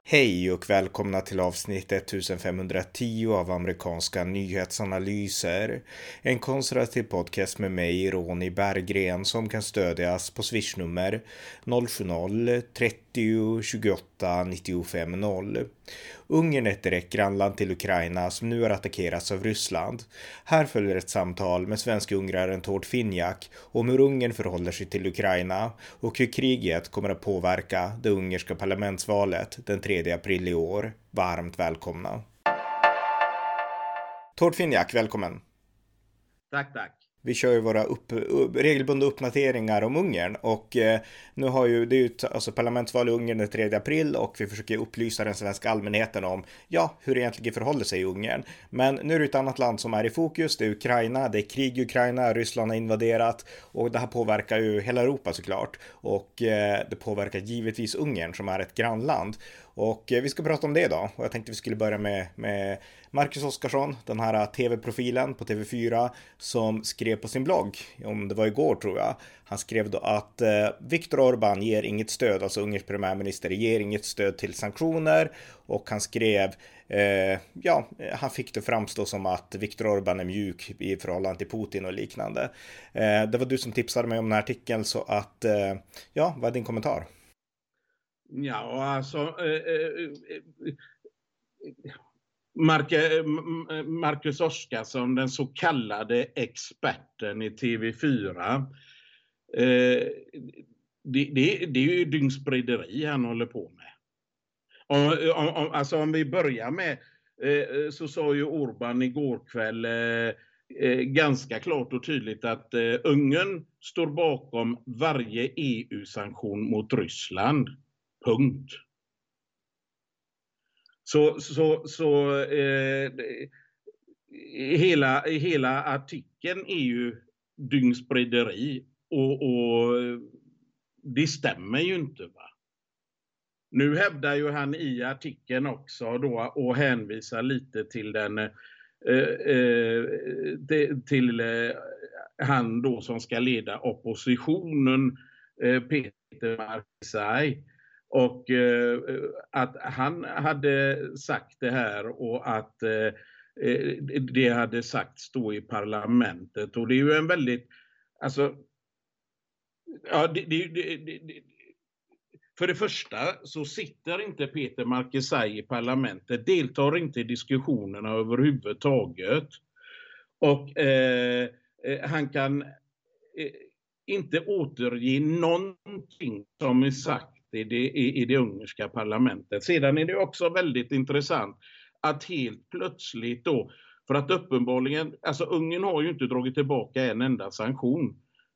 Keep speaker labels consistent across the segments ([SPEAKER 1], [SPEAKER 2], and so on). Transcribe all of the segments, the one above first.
[SPEAKER 1] Hej och välkomna till avsnitt 1510 av amerikanska nyhetsanalyser. En konservativ podcast med mig, Ronny Berggren, som kan stödjas på swishnummer 070-30 28 95 0. Ungern är ett direkt grannland till Ukraina som nu har attackerats av Ryssland. Här följer ett samtal med svenska ungraren Tord Finjak om hur Ungern förhåller sig till Ukraina och hur kriget kommer att påverka det ungerska parlamentsvalet den 3 april i år. Varmt välkomna. Tord Finjak, välkommen.
[SPEAKER 2] Tack.
[SPEAKER 1] Vi kör ju våra regelbundna uppdateringar om Ungern och nu har ju det är alltså parlamentsval i Ungern den 3 april och vi försöker upplysa den svenska allmänheten om hur det egentligen förhåller sig i Ungern. Men nu är det ett annat land som är i fokus, det är Ukraina, det är krig i Ukraina, Ryssland har invaderat och det här påverkar ju hela Europa såklart och det påverkar givetvis Ungern som är ett grannland. Och vi ska prata om det idag och jag tänkte vi skulle börja med Marcus Oskarsson, den här tv-profilen på TV4 som skrev på sin blogg, om det var igår tror jag. Han skrev då att Viktor Orbán ger inget stöd, alltså Ungerns premiärminister ger inget stöd till sanktioner och han skrev, han fick det framstå som att Viktor Orbán är mjuk i förhållande till Putin och liknande. Det var du som tipsade mig om den här artikeln så att, vad är din kommentar?
[SPEAKER 2] Ja, alltså Marcus Oskarsson, den så kallade experten i TV4, det är ju dyngsprideri han håller på med. Om vi börjar med så sa ju Orbán igår kväll ganska klart och tydligt att Ungern står bakom varje EU-sanktion mot Ryssland. Punkt. Hela artikeln är ju dyngsprideri och det stämmer ju inte, va. Nu hävdar ju han i artikeln också då och hänvisar lite till han då som ska leda oppositionen, Peter Markizaj. Och att han hade sagt det här och att det hade sagts då i parlamentet. Och det är ju en väldigt, alltså, för det första så sitter inte Peter Markizaj i parlamentet, deltar inte i diskussionerna överhuvudtaget. Och han kan inte återge någonting som är sagt i det ungerska parlamentet. Sedan är det också väldigt intressant att helt plötsligt då, för att uppenbarligen, alltså Ungern har ju inte dragit tillbaka en enda sanktion.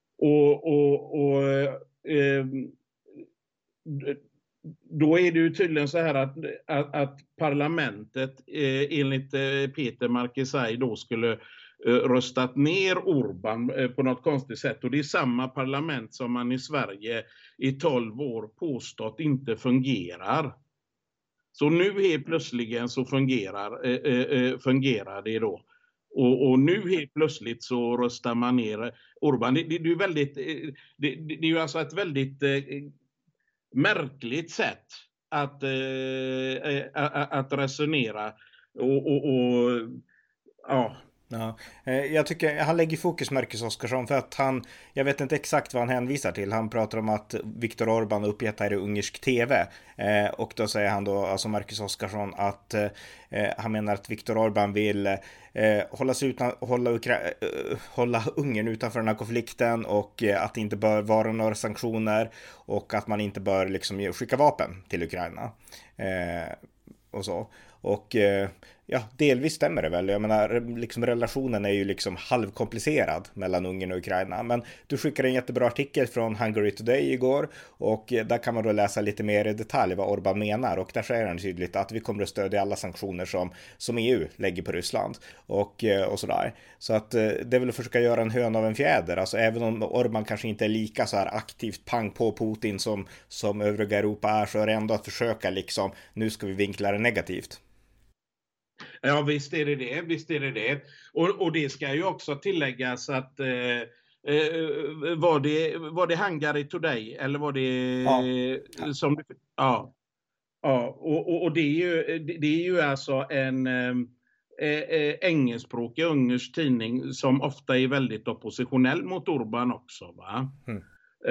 [SPEAKER 2] Då är det ju tydligen så här att parlamentet enligt Peter Markizaj då skulle röstat ner Orbán på något konstigt sätt. Och det är samma parlament som man i Sverige i 12 år påstått inte fungerar. Så nu helt plötsligen så fungerar det då. Och nu helt plötsligt så röstar man ner Orbán. Det är ju väldigt, det är ju alltså ett väldigt märkligt sätt att resonera
[SPEAKER 1] Ja, jag tycker han lägger fokus Marcus Oskarsson för att jag vet inte exakt vad han hänvisar till. Han pratar om att Viktor Orbán uppgett här i ungersk tv och då säger han då, alltså Marcus Oskarsson, att han menar att Viktor Orbán vill hålla Ungern utanför den här konflikten och att det inte bör vara några sanktioner och att man inte bör liksom skicka vapen till Ukraina och så. Och delvis stämmer det väl. Jag menar, liksom relationen är ju liksom halvkomplicerad mellan Ungern och Ukraina. Men du skickade en jättebra artikel från Hungary Today igår och där kan man då läsa lite mer i detalj vad Orbán menar. Och där säger han tydligt att vi kommer att stödja alla sanktioner som EU lägger på Ryssland och sådär. Så att det är väl att försöka göra en hön av en fjäder. Alltså även om Orbán kanske inte är lika så här aktivt pang på Putin som övriga Europa är, så är det ändå att försöka liksom, nu ska vi vinkla det negativt.
[SPEAKER 2] Ja, visst är det. Och det ska ju också tilläggas att var det Hungary Today eller var det som Ja, och det är ju alltså en engelskspråkig ungersk tidning som ofta är väldigt oppositionell mot Orbán också, va?
[SPEAKER 1] Mm.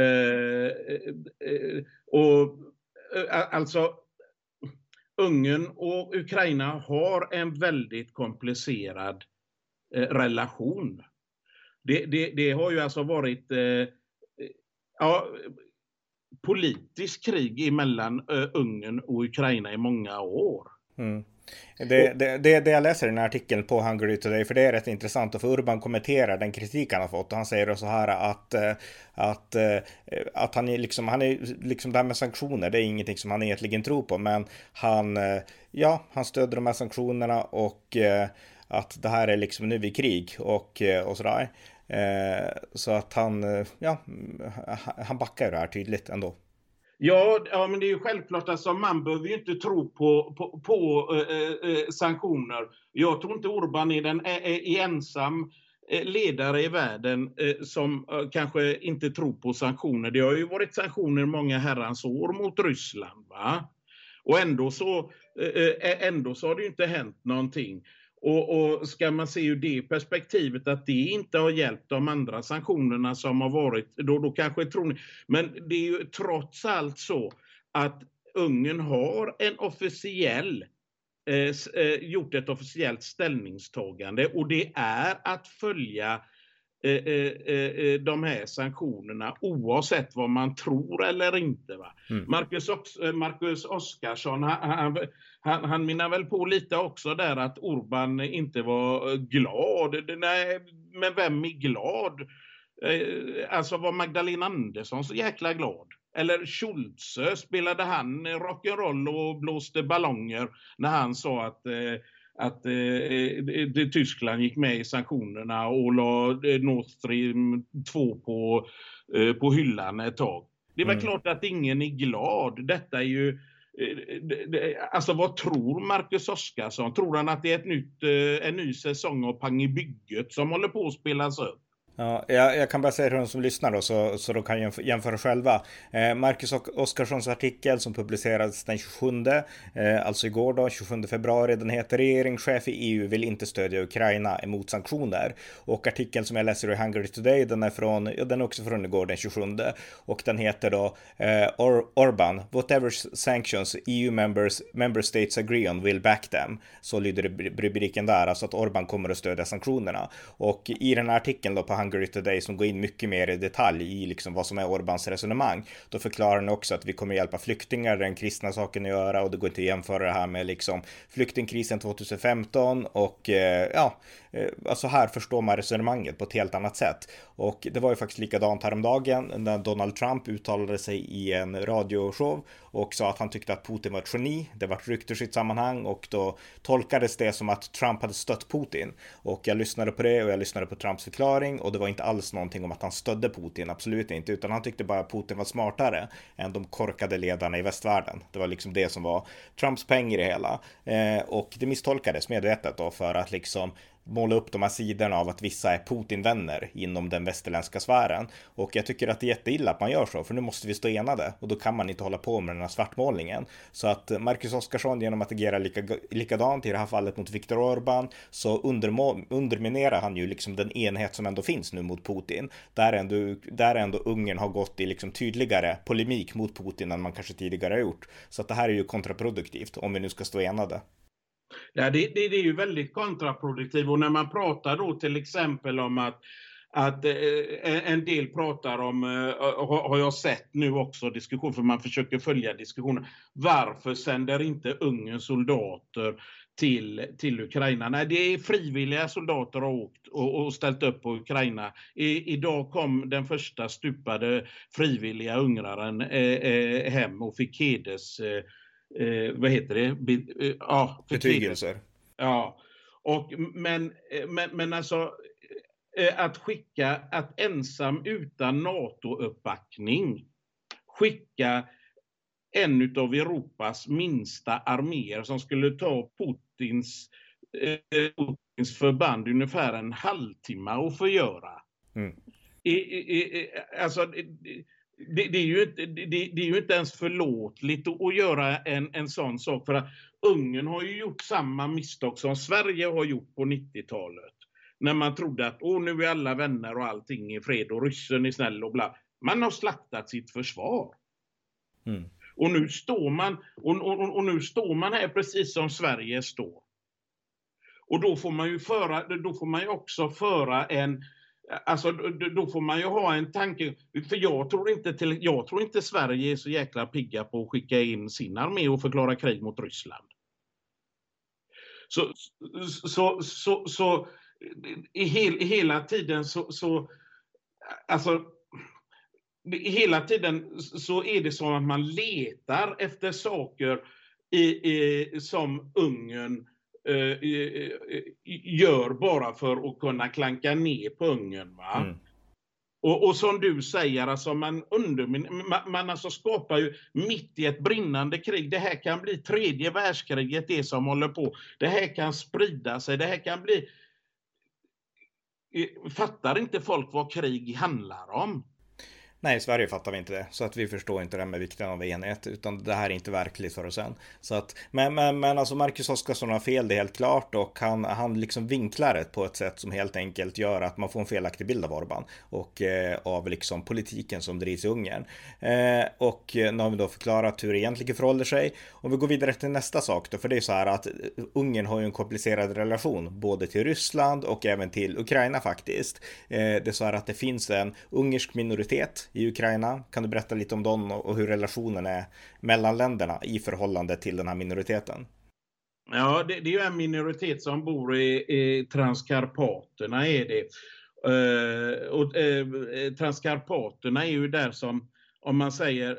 [SPEAKER 2] Alltså Ungern och Ukraina har en väldigt komplicerad relation. Det har ju alltså varit politisk krig emellan Ungern och Ukraina i många år.
[SPEAKER 1] Mm. Det jag läser i den här artikeln på Hungary Today, för det är rätt intressant, och för Urban kommenterar den kritik han har fått, och han säger så här att han är liksom det här med sanktioner, det är ingenting som han egentligen tror på, men han stöder de här sanktionerna, och att det här är liksom nu vid krig och sådär. Så att han backar det här tydligt ändå.
[SPEAKER 2] Ja, men det är ju självklart, alltså, man behöver ju inte tro på sanktioner. Jag tror inte Orbán är ensam ledare i världen som kanske inte tror på sanktioner. Det har ju varit sanktioner många herrans år mot Ryssland, va? Och ändå så har det ju inte hänt någonting. Och ska man se ur det perspektivet att det inte har hjälpt de andra sanktionerna som har varit, då kanske tror ni. Men det är ju trots allt så att Ungern har gjort ett officiellt ställningstagande, och det är att följa de här sanktionerna oavsett vad man tror eller inte, va? Mm. Marcus Oskarsson, han menar väl på lite också där att Orbán inte var glad. Nej, men vem är glad? Alltså, var Magdalena Andersson så jäkla glad? Eller Schulze, spelade han rock'n'roll och blåste ballonger när han sa att Tyskland gick med i sanktionerna och la Nord Stream 2 på hyllan ett tag? Det är väl klart att ingen är glad. Detta är ju alltså, vad tror Marcus Oskarsson? Tror han att det är en ny säsong av Pang i bygget som håller på att spelas upp?
[SPEAKER 1] Ja, jag kan bara säga till de som lyssnar då, så de kan jämföra själva. Marcus Oskarssons artikel som publicerades den 27, alltså igår då, 27 februari, den heter "Regeringschef i EU vill inte stödja Ukraina emot sanktioner". Och artikeln som jag läser i Hungary Today, den är också från igår den 27, och den heter då Orbán, "Whatever sanctions EU member states agree on will back them". Så lyder rubriken där, alltså att Orbán kommer att stödja sanktionerna. Och i den här artikeln då på Hungary Today, som går in mycket mer i detalj i liksom vad som är Orbáns resonemang, då förklarar han också att vi kommer hjälpa flyktingar, den kristna saken att göra, och det går inte att jämföra det här med liksom flyktingkrisen 2015 och alltså här förstår man resonemanget på ett helt annat sätt. Och det var ju faktiskt likadant häromdagen när Donald Trump uttalade sig i en radioshow och sa att han tyckte att Putin var ett geni. Det var ett rykte i sitt sammanhang, och då tolkades det som att Trump hade stött Putin. Och jag lyssnade på det, och jag lyssnade på Trumps förklaring, och det var inte alls någonting om att han stödde Putin, absolut inte, utan han tyckte bara att Putin var smartare än de korkade ledarna i västvärlden. Det var liksom det som var Trumps poäng i det hela. Och det misstolkades medvetet då för att liksom måla upp de här sidorna av att vissa är Putin-vänner inom den västerländska sfären. Och jag tycker att det är jätteilla att man gör så, för nu måste vi stå enade, och då kan man inte hålla på med den här svartmålningen. Så att Marcus Oskarsson, genom att agera likadant i det här fallet mot Viktor Orbán, så underminerar han ju liksom den enhet som ändå finns nu mot Putin. Där ändå Ungern har gått i liksom tydligare polemik mot Putin än man kanske tidigare har gjort. Så att det här är ju kontraproduktivt om vi nu ska stå enade.
[SPEAKER 2] Ja, det är ju väldigt kontraproduktivt, och när man pratar då till exempel om att en del pratar om, har jag sett nu också diskussion, för man försöker följa diskussionen, varför sänder inte Ungern soldater till Ukraina? Nej, det är frivilliga soldater har åkt och ställt upp på Ukraina. Idag kom den första stupade frivilliga ungraren hem och fick heders vad heter det?
[SPEAKER 1] Betygelser.
[SPEAKER 2] Ja. Men alltså att ensam utan NATO-uppbackning skicka en av Europas minsta arméer som skulle ta Putins förband ungefär en halvtimme att förgöra.
[SPEAKER 1] Mm.
[SPEAKER 2] Alltså det är ju inte ens förlåtligt att göra en sån sak, för att Ungern har ju gjort samma misstag som Sverige har gjort på 90-talet. När man trodde att nu är alla vänner och allting är fred och ryssen är snäll och bla. Man har slaktat sitt försvar.
[SPEAKER 1] Mm.
[SPEAKER 2] Och nu står man och nu står man här precis som Sverige står. Och då får man ju också föra en, alltså då får man ju ha en tanke, för jag tror inte Sverige är så jäkla pigga på att skicka in sin armé och förklara krig mot Ryssland. Så hela tiden hela tiden så är det som att man letar efter saker som Ungern gör bara för att kunna klanka ner på Ungern, va? Mm. Och som du säger, alltså man alltså skapar ju mitt i ett brinnande krig. Det här kan bli 3:e världskriget, det som håller på. Det här kan sprida sig, det här kan bli... Fattar inte folk vad krig handlar om?
[SPEAKER 1] Nej, i Sverige fattar vi inte det. Så att vi förstår inte det med vikten av enhet. Utan det här är inte verkligt för oss än. Så att, men alltså Marcus Oskarsson har fel, det är helt klart. Och han liksom vinklar det på ett sätt som helt enkelt gör att man får en felaktig bild av Orbán. Och av liksom politiken som drivs i Ungern. Och nu har vi då förklarat hur det egentligen förhåller sig. Om vi går vidare till nästa sak då. För det är så här att Ungern har ju en komplicerad relation. Både till Ryssland och även till Ukraina faktiskt. Det är så här att det finns en ungersk minoritet i Ukraina. Kan du berätta lite om dem och hur relationen är mellan länderna i förhållande till den här minoriteten?
[SPEAKER 2] Ja, det är ju en minoritet som bor i Transkarpaterna är det. Transkarpaterna är ju där som, om man säger,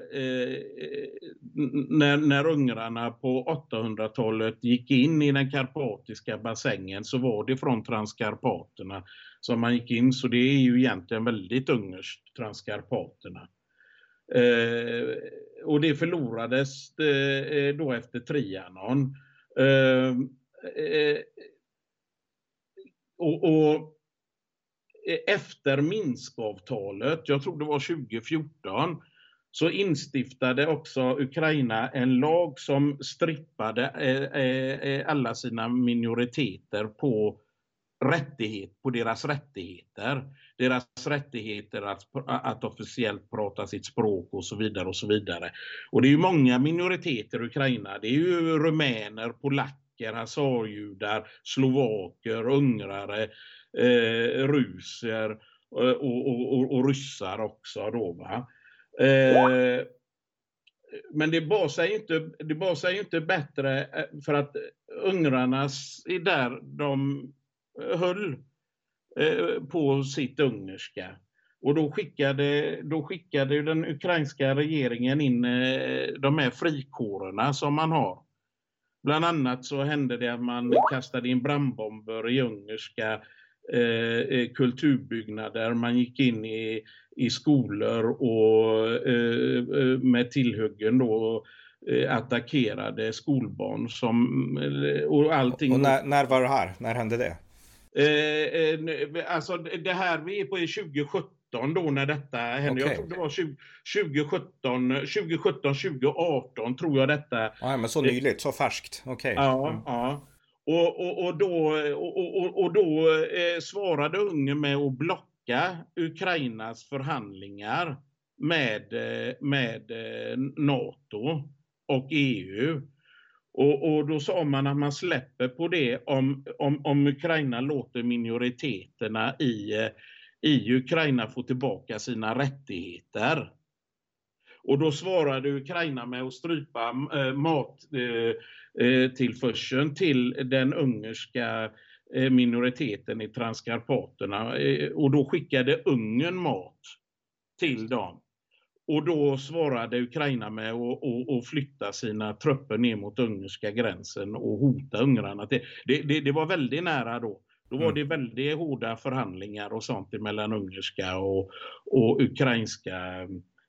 [SPEAKER 2] när ungrarna på 800-talet gick in i den karpatiska bassängen, så var det från Transkarpaterna som man gick in. Så det är ju egentligen väldigt ungerskt, Transkarpaterna. Och det förlorades då efter Trianon. Och efter Minskavtalet, jag tror det var 2014, så instiftade också Ukraina en lag som strippade alla sina minoriteter på deras rättigheter. Deras rättigheter att officiellt prata sitt språk och så vidare och så vidare. Och det är ju många minoriteter i Ukraina. Det är ju rumäner, polacker, hazarjudar, slovaker, ungrare, ruser och ryssar också då, va? Men det bara säger inte bättre, för att ungrarna är där de höll på sitt ungerska. Och då skickade den ukrainska regeringen in de här frikårerna som man har. Bland annat så hände det att man kastade in brandbomber i ungerska kulturbyggnader. Man gick in i skolor och med tillhuggen då attackerade skolbarn och allting.
[SPEAKER 1] Och när var det här? När hände det?
[SPEAKER 2] Alltså det här vi är på i 2017 då när detta hände. Okay. Jag tror det var 2017, tror jag detta.
[SPEAKER 1] Ja, men så nyligt, så färskt. Okej.
[SPEAKER 2] Ja. Och då svarade Ungern med att blocka Ukrainas förhandlingar med NATO och EU. Och då sa man att man släpper på det om Ukraina låter minoriteterna i Ukraina få tillbaka sina rättigheter. Och då svarade Ukraina med att strypa mattillförseln till den ungerska minoriteten i Transkarpaterna. Och då skickade Ungern mat till dem. Och då svarade Ukraina med att flytta sina trupper ner mot ungerska gränsen och hota ungrarna. Det var väldigt nära då. Då var det väldigt hårda förhandlingar och sånt mellan ungerska och ukrainska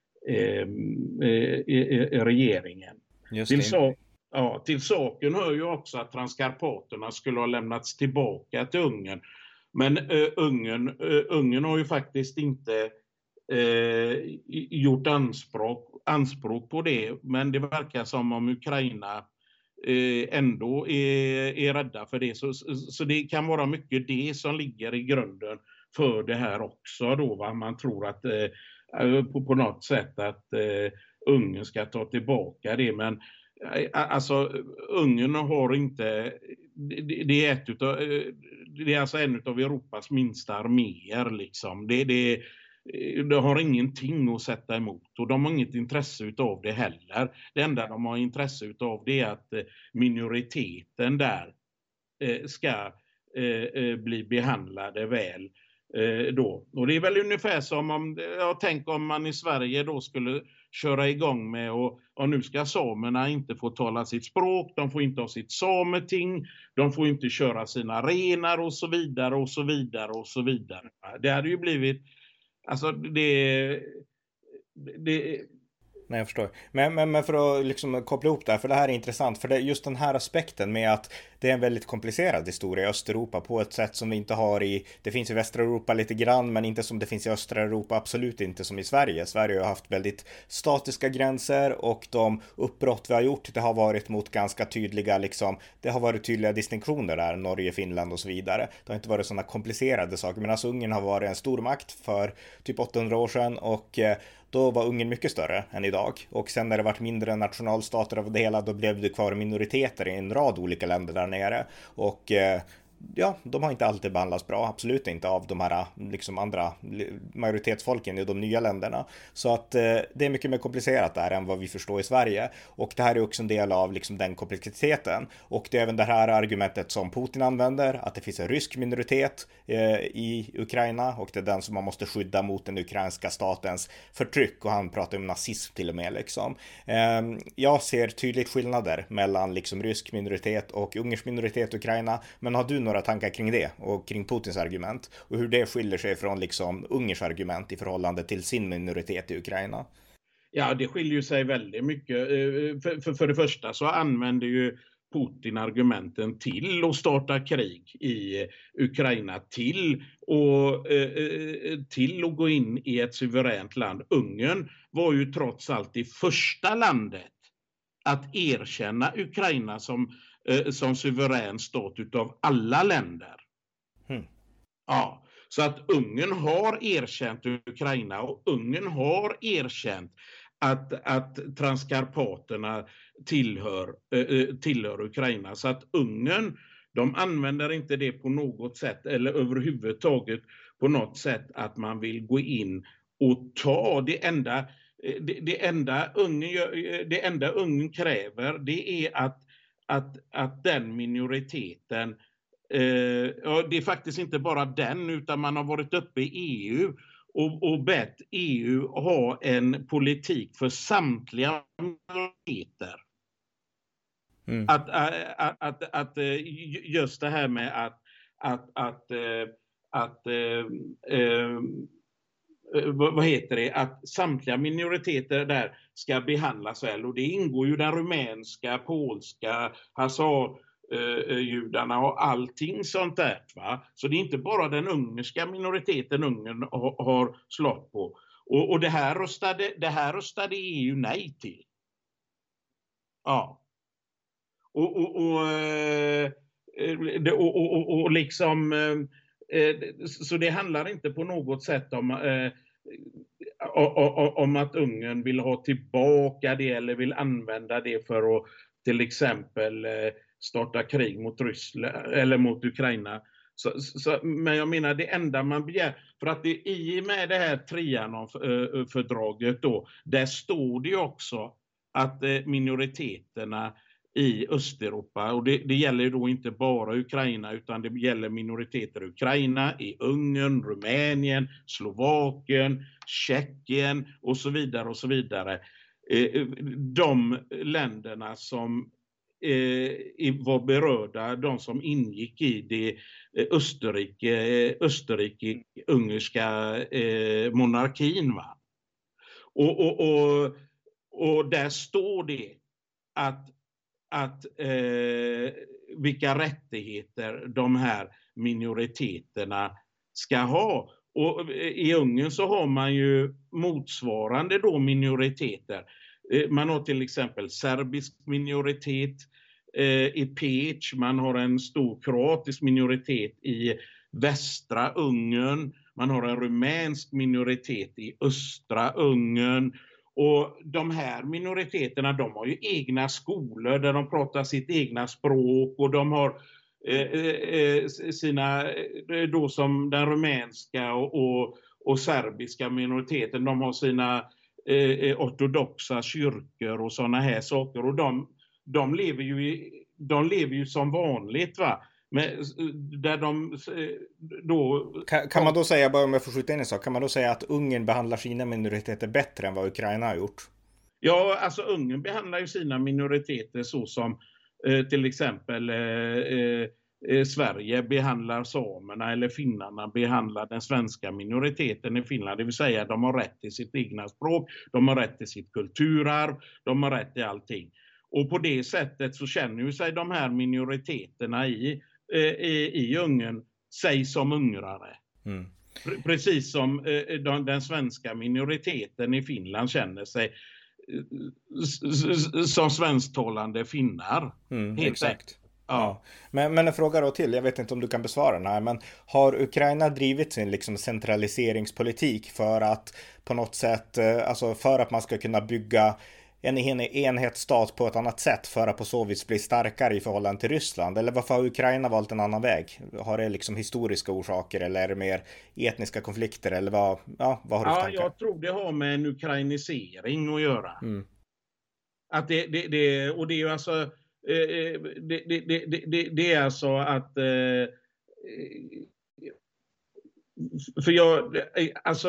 [SPEAKER 2] regeringen. Till saken hör ju också att Transkarpaterna skulle ha lämnats tillbaka till Ungern. Men Ungern har ju faktiskt inte gjort anspråk på det, men det verkar som om Ukraina ändå är rädda för det. Så det kan vara mycket det som ligger i grunden för det här också då, va? Man tror att på något sätt att Ungern ska ta tillbaka det, men alltså Ungern har inte, det är alltså en av Europas minsta arméer liksom. Det har ingenting att sätta emot, och de har inget intresse utav det heller. Det enda de har intresse utav det är att minoriteten där ska bli behandlade väl då. Och det är väl ungefär som om, jag tänker om man i Sverige då skulle köra igång med och nu ska samerna inte få tala sitt språk, de får inte ha sitt sameting, de får inte köra sina renar och så vidare och så vidare och så vidare. Det hade ju blivit, alltså
[SPEAKER 1] Nej, jag förstår. Men för att liksom koppla ihop det här, för det här är intressant, för det är just den här aspekten med att det är en väldigt komplicerad historia i Östeuropa på ett sätt som vi inte har det finns i västra Europa lite grann, men inte som det finns i östra Europa, absolut inte som i Sverige. Sverige har haft väldigt statiska gränser, och de uppbrott vi har gjort, det har varit mot ganska tydliga liksom, det har varit tydliga distinktioner där, Norge, Finland och så vidare. Det har inte varit sådana komplicerade saker, men alltså Ungern har varit en stormakt för typ 800 år sedan, och då var Ungern mycket större än idag. Och sen när det varit mindre nationalstater av det hela, då blev det kvar minoriteter i en rad olika länder där nere. Och ja, de har inte alltid behandlats bra, absolut inte, av de här liksom andra majoritetsfolken i de nya länderna. Så att det är mycket mer komplicerat där än vad vi förstår i Sverige. Och det här är också en del av liksom den komplexiteten. Och det är även det här argumentet som Putin använder, att det finns en rysk minoritet i Ukraina, och det är den som man måste skydda mot den ukrainska statens förtryck. Och han pratar om nazism till och med liksom. Jag ser tydligt skillnader mellan liksom rysk minoritet och ungersk minoritet i Ukraina, men har du några tankar kring det och kring Putins argument och hur det skiljer sig från liksom Ungerns argument i förhållande till sin minoritet i Ukraina?
[SPEAKER 2] Ja, det skiljer sig väldigt mycket. För det första så använder ju Putin argumenten till att starta krig i Ukraina, till att gå in i ett suveränt land. Ungern var ju trots allt det första landet att erkänna Ukraina som suverän stat utav alla länder. Ja, så att Ungern har erkänt Ukraina, och Ungern har erkänt att Transkarpaterna tillhör Ukraina. Så att Ungern, de använder inte det på något sätt, eller överhuvudtaget på något sätt att man vill gå in och ta det enda Ungern kräver, det är att den minoriteten, det är faktiskt inte bara den, utan man har varit uppe i EU och bett EU ha en politik för samtliga minoriteter. Att just det här med att samtliga minoriteter där ska behandlas väl, och det ingår ju den rumänska, polska, judarna och allting sånt där, va? Så det är inte bara den ungerska minoriteten Ungern har slått på, och det här röstade EU nej till. Ja. Och liksom så det handlar inte på något sätt om att Ungern vill ha tillbaka det eller vill använda det för att till exempel starta krig mot Ryssland eller mot Ukraina. Men jag menar, det enda man begär, för att det i och med det här Trianon-fördraget då, där står det ju också att minoriteterna i Östeuropa, och det gäller då inte bara Ukraina, utan det gäller minoriteter i Ukraina, i Ungern, Rumänien, Slovakien, Tjeckien och så vidare och så vidare. De länderna som var berörda, de som ingick i det Österrike-ungerska monarkin, va? Och där står det att vilka rättigheter de här minoriteterna ska ha. Och i Ungern så har man ju motsvarande då minoriteter. Man har till exempel serbisk minoritet i Pécs, man har en stor kroatisk minoritet i västra Ungern, man har en rumänsk minoritet i östra Ungern. Och de här minoriteterna, de har ju egna skolor där de pratar sitt egna språk, och de har sina, då som den rumänska och serbiska minoriteten, de har sina ortodoxa kyrkor och sådana här saker, och de lever ju som vanligt, va. Men där de då...
[SPEAKER 1] Kan man då säga, bara om jag får skjuta in en sak, kan man då säga att Ungern behandlar sina minoriteter bättre än vad Ukraina har gjort?
[SPEAKER 2] Ja, alltså Ungern behandlar ju sina minoriteter så som till exempel Sverige behandlar samerna, eller finnarna behandlar den svenska minoriteten i Finland. Det vill säga, de har rätt till sitt egna språk, de har rätt till sitt kulturarv, de har rätt till allting. Och på det sättet så känner ju sig de här minoriteterna i Ungern sig som ungrare. Mm. Precis som den svenska minoriteten i Finland känner sig som svensktalande finnar.
[SPEAKER 1] Exakt. Ja. Men en fråga då till, jag vet inte om du kan besvara den här, men har Ukraina drivit sin liksom centraliseringspolitik för att på något sätt, alltså för att man ska kunna bygga en enhetsstat på ett annat sätt för att på så vis bli starkare i förhållande till Ryssland? Eller varför har Ukraina valt en annan väg? Har det liksom historiska orsaker, eller är det mer etniska konflikter, eller vad har du för tankar?
[SPEAKER 2] Jag tror det har med en ukrainisering att göra. Att det och det är ju alltså det är alltså att för jag, alltså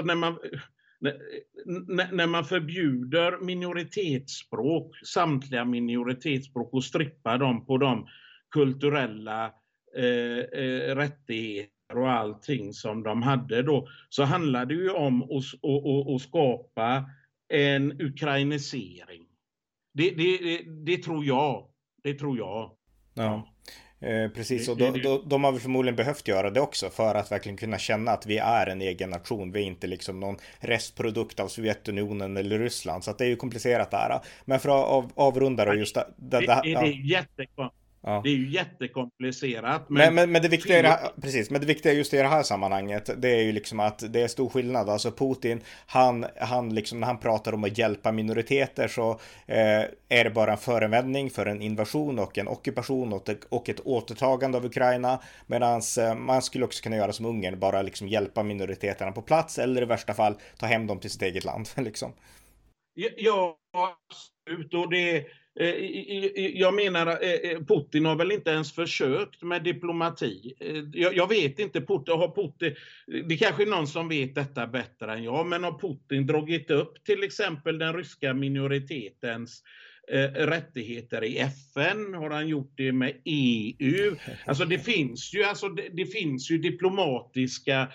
[SPEAKER 2] när man förbjuder minoritetsspråk, samtliga minoritetsspråk, och strippar dem på de kulturella rättigheter och allting som de hade då, så handlar det ju om att skapa en ukrainisering. Det tror jag.
[SPEAKER 1] Ja. Precis, och de har väl förmodligen behövt göra det också för att verkligen kunna känna att vi är en egen nation. Vi är inte liksom någon restprodukt av Sovjetunionen eller Ryssland, så att det är ju komplicerat där. Men för att avrunda då just det är
[SPEAKER 2] jättekomplicerat. Ja. Det är ju jättekomplicerat.
[SPEAKER 1] Men det viktiga är men det viktiga just i det här sammanhanget, det är ju liksom att det är stor skillnad. Alltså Putin, han liksom, när han pratar om att hjälpa minoriteter, så är det bara en förevändning för en invasion och en ockupation och ett återtagande av Ukraina. Medan man skulle också kunna göra som Ungern, bara liksom hjälpa minoriteterna på plats, eller i värsta fall ta hem dem till sitt eget land. Liksom.
[SPEAKER 2] Ja, absolut. Och jag menar, Putin har väl inte ens försökt med diplomati. Jag vet inte, Putin, det kanske är någon som vet detta bättre än jag, men har Putin dragit upp till exempel den ryska minoritetens rättigheter i FN? Har han gjort det med EU? Alltså det finns ju diplomatiska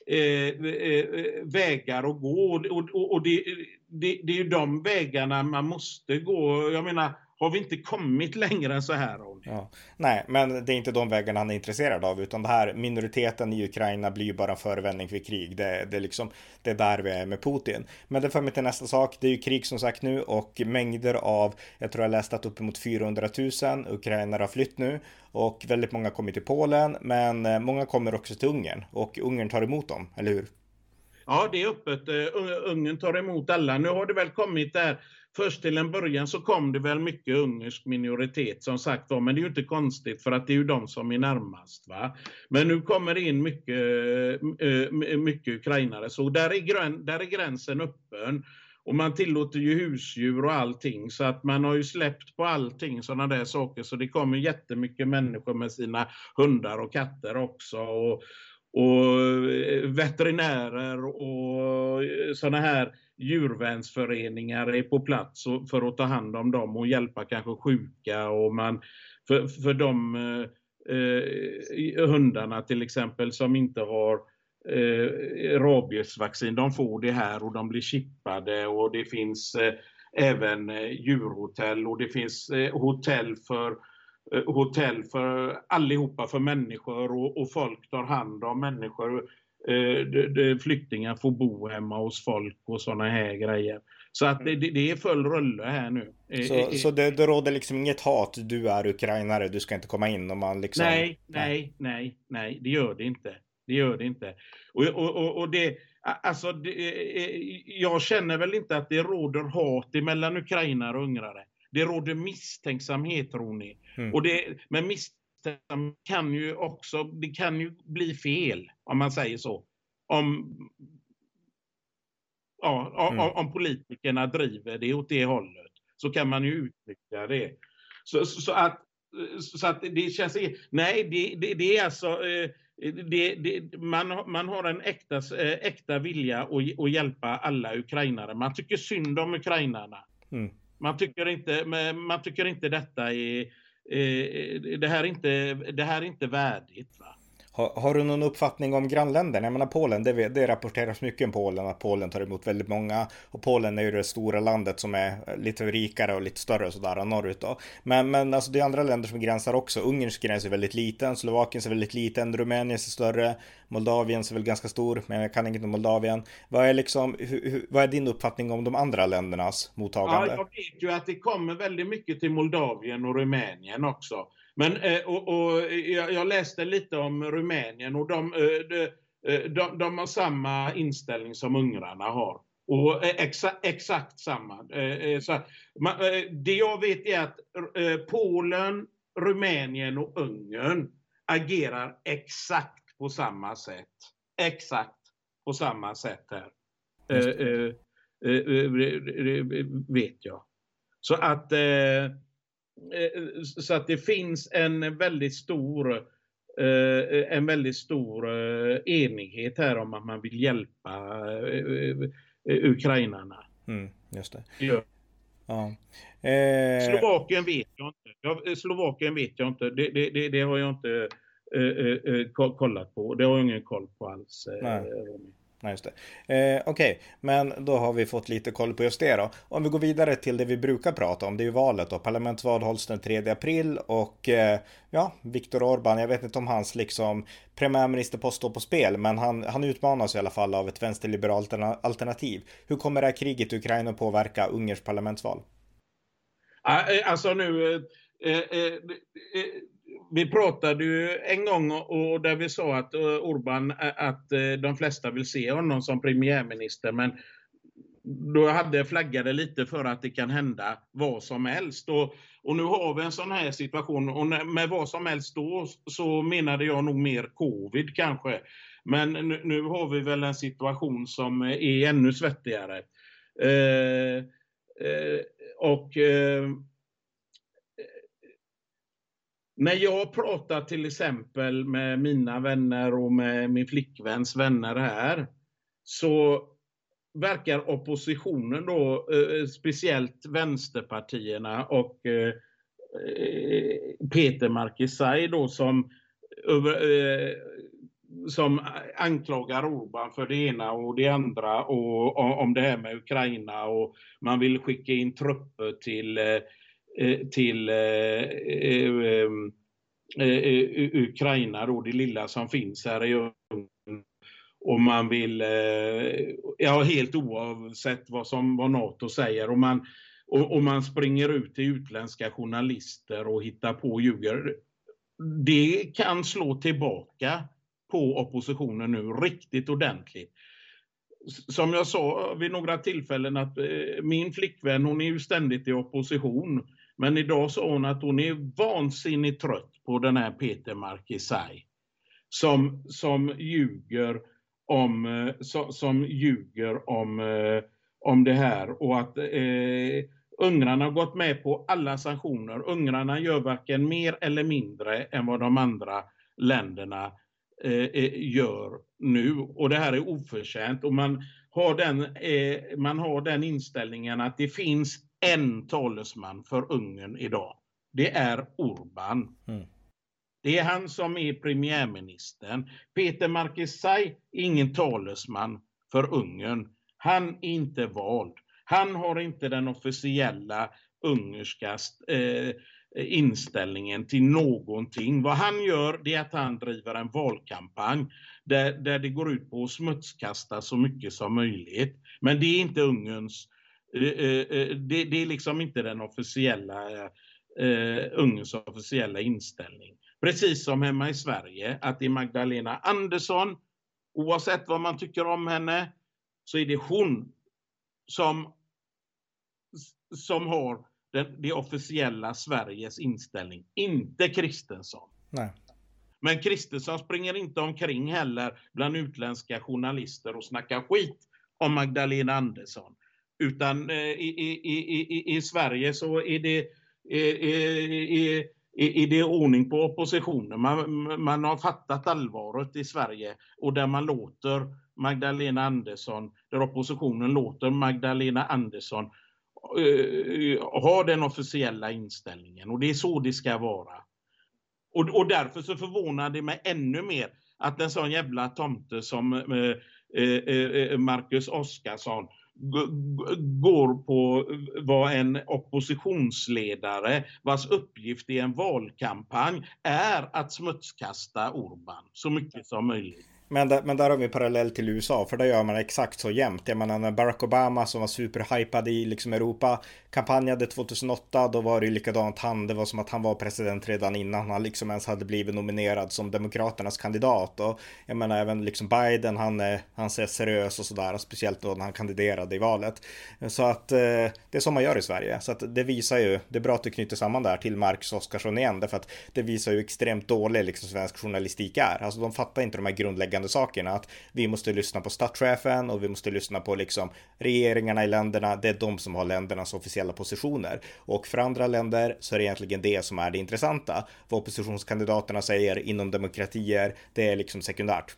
[SPEAKER 2] vägar att gå, och det är ju de vägarna man måste gå. Jag menar, har vi inte kommit längre än så här?
[SPEAKER 1] Ja. Nej, men det är inte de vägarna han är intresserad av, utan det här minoriteten i Ukraina blir ju bara en förevändning för krig. Det är där vi är med Putin. Men det för mig till nästa sak, det är ju krig som sagt nu, och mängder av, jag tror jag läste att uppemot 400 000 ukrainare har flytt nu, och väldigt många kommer till Polen, men många kommer också till Ungern, och Ungern tar emot dem, eller hur?
[SPEAKER 2] Ja, det är öppet. Ungern tar emot alla. Nu har det väl kommit där. Först till en början så kom det väl mycket ungersk minoritet som sagt var, men det är ju inte konstigt för att det är ju de som är närmast, va. Men nu kommer det in mycket ukrainare, så där är gränsen öppen, och man tillåter ju husdjur och allting, så att man har ju släppt på allting, sådana där saker, så det kommer jättemycket människor med sina hundar och katter också, och veterinärer och sådana här djurvänsföreningar är på plats för att ta hand om dem och hjälpa kanske sjuka, och man för de hundarna till exempel som inte har rabiesvaccin, de får det här och de blir chippade, och det finns även djurhotell, och det finns hotell för allihopa, för människor, och folk tar hand om människor flyktingar får bo hemma hos folk och sådana här grejer. Så att det är full rulle här nu.
[SPEAKER 1] Så det råder liksom inget hat, du är ukrainare, du ska inte komma in om man liksom...
[SPEAKER 2] Nej, det gör det inte. Det gör det inte. Och det, alltså, jag känner väl inte att det råder hat mellan ukrainare och ungrare. Det råder misstänksamhet, tror ni. Men misstänksamhet kan ju också, det kan ju bli fel, om man säger så. Om politikerna driver det åt det hållet, så kan man ju uttrycka det. Så att det känns... Nej, det är alltså... Man har en äkta vilja att hjälpa alla ukrainare. Man tycker synd om ukrainarna. Man tycker inte detta är... Det här är inte värdigt, va?
[SPEAKER 1] Har du någon uppfattning om grannländerna? Jag menar Polen, det rapporteras mycket om Polen, att Polen tar emot väldigt många. Och Polen är ju det stora landet som är lite rikare och lite större och sådär norrut då. Men alltså det är andra länder som gränsar också. Ungerns gräns är väldigt liten, Slovakiens är väldigt liten, Rumäniens är större, Moldaviens är väl ganska stor, men jag kan inget om Moldavien. Vad är din uppfattning om de andra ländernas mottagande?
[SPEAKER 2] Ja, jag vet ju att det kommer väldigt mycket till Moldavien och Rumänien också. Men jag läste lite om Rumänien, och de har samma inställning som ungrarna har. Och exakt samma. Det jag vet är att Polen, Rumänien och Ungern agerar exakt på samma sätt. Exakt på samma sätt här. Vet jag. Så att det finns en väldigt stor enighet här om att man vill hjälpa ukrainarna.
[SPEAKER 1] Just det.
[SPEAKER 2] Ja.
[SPEAKER 1] Ja.
[SPEAKER 2] Slovakien vet jag inte. Det har jag inte kollat på. Det har jag ingen koll på alls.
[SPEAKER 1] Nej, just det. Okej, men då har vi fått lite koll på just det då. Om vi går vidare till det vi brukar prata om, det är ju valet då. Parlamentsval hålls den 3 april och Viktor Orbán, jag vet inte om hans liksom premiärministerpost står på spel, men han utmanas i alla fall av ett vänsterliberalt alternativ. Hur kommer det här kriget i Ukraina påverka Ungerns parlamentsval?
[SPEAKER 2] Alltså nu... Vi pratade ju en gång och där vi sa att Orbán, att de flesta vill se honom som premiärminister, men då hade flaggade lite för att det kan hända vad som helst. Och nu har vi en sån här situation, och med vad som helst då så menade jag nog mer covid kanske. Men nu har vi väl en situation som är ännu svettigare. När jag pratar till exempel med mina vänner och med min flickväns vänner här, så verkar oppositionen då, speciellt vänsterpartierna och Peter Markizaj då, som anklagar Orbán för det ena och det andra, och om det här med Ukraina, och man vill skicka in trupper till Ukraina då, det lilla som finns här i Ungern, och man vill helt oavsett vad NATO säger, och man springer ut till utländska journalister och hittar på ljuger. Det kan slå tillbaka på oppositionen nu riktigt ordentligt. Som jag sa vid några tillfällen, att min flickvän, hon är ju ständigt i opposition, men idag sa hon att hon är vansinnigt trött på den här Peter Markizaj som ljuger om det här, och att ungrarna har gått med på alla sanktioner. Ungrarna gör varken mer eller mindre än vad de andra länderna gör nu, och det här är oförtjänt, och man har den inställningen att det finns en talesman för Ungern idag. Det är Orbán. Det är han som är premiärministern. Peter Markizaj är ingen talesman för Ungern. Han är inte vald. Han har inte den officiella ungerska inställningen till någonting. Vad han gör, det är att han driver en valkampanj där det går ut på att smutskasta så mycket som möjligt. Men det är inte Ungerns, det är liksom inte den officiella Ungerns officiella inställning. Precis som hemma i Sverige, att det är Magdalena Andersson, oavsett vad man tycker om henne, så är det hon som har det officiella Sveriges inställning, inte Kristersson.
[SPEAKER 1] Nej. Men
[SPEAKER 2] Kristersson springer inte omkring heller bland utländska journalister och snackar skit om Magdalena Andersson. Utan i Sverige så är det ordning på oppositionen. Man har fattat allvaret i Sverige, och där man låter Magdalena Andersson, där oppositionen låter Magdalena Andersson ha den officiella inställningen, och det är så det ska vara. Och därför så förvånar det mig ännu mer att en sån jävla tomte som Marcus Oskarsson går på vad en oppositionsledare vars uppgift i en valkampanj är att smutskasta Orban så mycket som möjligt.
[SPEAKER 1] Men där har vi parallell till USA, för där gör man exakt så jämt. Jag menar, när Barack Obama, som var superhypad i liksom Europa, kampanjade 2008, då var det ju likadant. Det var som att han var president redan innan han liksom ens hade blivit nominerad som demokraternas kandidat. Och jag menar, även liksom Biden, han ser seriös och sådär, speciellt då när han kandiderade i valet. Så att det är som man gör i Sverige. Så att det visar ju, det är bra att du knyter samman där till Marcus Oskarsson igen, därför att det visar ju extremt dålig liksom svensk journalistik är. Alltså de fattar inte de här grundläggande sakerna, att vi måste lyssna på statschefen och vi måste lyssna på liksom regeringarna i länderna. Det är de som har ländernas officiella positioner, och för andra länder så är det egentligen det som är det intressanta. Vad oppositionskandidaterna säger inom demokratier, det är liksom sekundärt.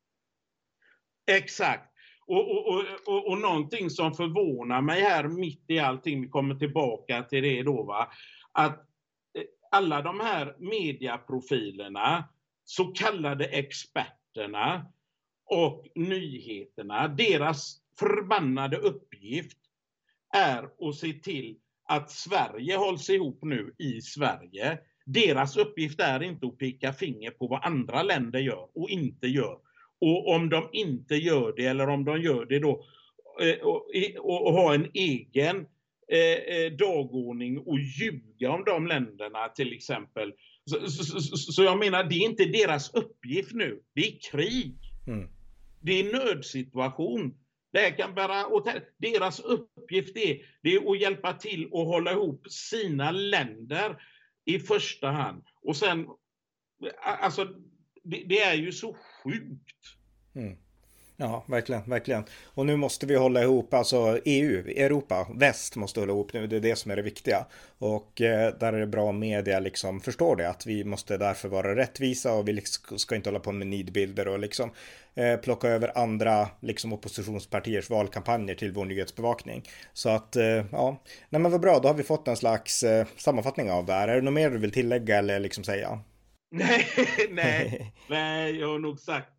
[SPEAKER 2] Exakt. Och någonting som förvånar mig här mitt i allting, vi kommer tillbaka till det då, va, att alla de här mediaprofilerna, så kallade experterna och nyheterna, deras förbannade uppgift är att se till att Sverige hålls ihop nu i Sverige. Deras uppgift är inte att peka finger på vad andra länder gör och inte gör. Och om de inte gör det, eller om de gör det då, och ha en egen dagordning och ljuga om de länderna till exempel. Så jag menar, det är inte deras uppgift nu. Det är krig. Det är nödsituation. Det kan deras uppgift det är att hjälpa till att hålla ihop sina länder i första hand. Och sen, alltså, det är ju så sjukt.
[SPEAKER 1] Ja, verkligen. Och nu måste vi hålla ihop, alltså EU, Europa, väst måste hålla ihop nu, det är det som är det viktiga. Och där är det bra om media liksom förstår det, att vi måste därför vara rättvisa, och vi ska inte hålla på med nidbilder och liksom plocka över andra liksom oppositionspartiers valkampanjer till vår nyhetsbevakning. Så att, ja, nej men vad bra, då har vi fått en slags sammanfattning av det här. Är det något mer du vill tillägga eller liksom säga?
[SPEAKER 2] Nej, jag har nog sagt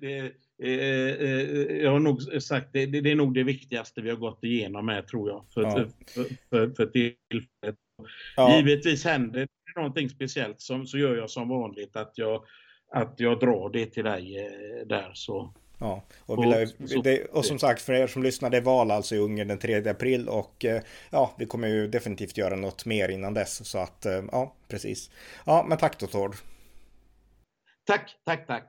[SPEAKER 2] det är nog det viktigaste vi har gått igenom med, tror jag, för tillfället. Ja. Givetvis händer det någonting speciellt, så gör jag som vanligt att jag drar det till dig där, så.
[SPEAKER 1] Ja, och som sagt, för er som lyssnar, det är val alltså i Ungern den 3 april, och ja, vi kommer ju definitivt göra något mer innan dess, så att ja, precis. Ja, men tack då, Tord.
[SPEAKER 2] Tack.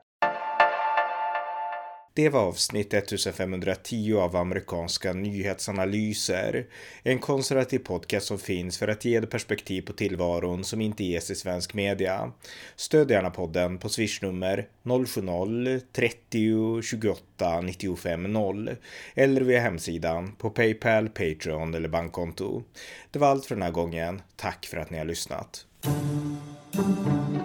[SPEAKER 1] Det var avsnitt 1510 av amerikanska nyhetsanalyser. En konservativ podcast som finns för att ge det perspektiv på tillvaron som inte ges i svensk media. Stöd gärna podden på swishnummer 070-30 28 95 0 eller via hemsidan på PayPal, Patreon eller bankkonto. Det var allt för den här gången. Tack för att ni har lyssnat.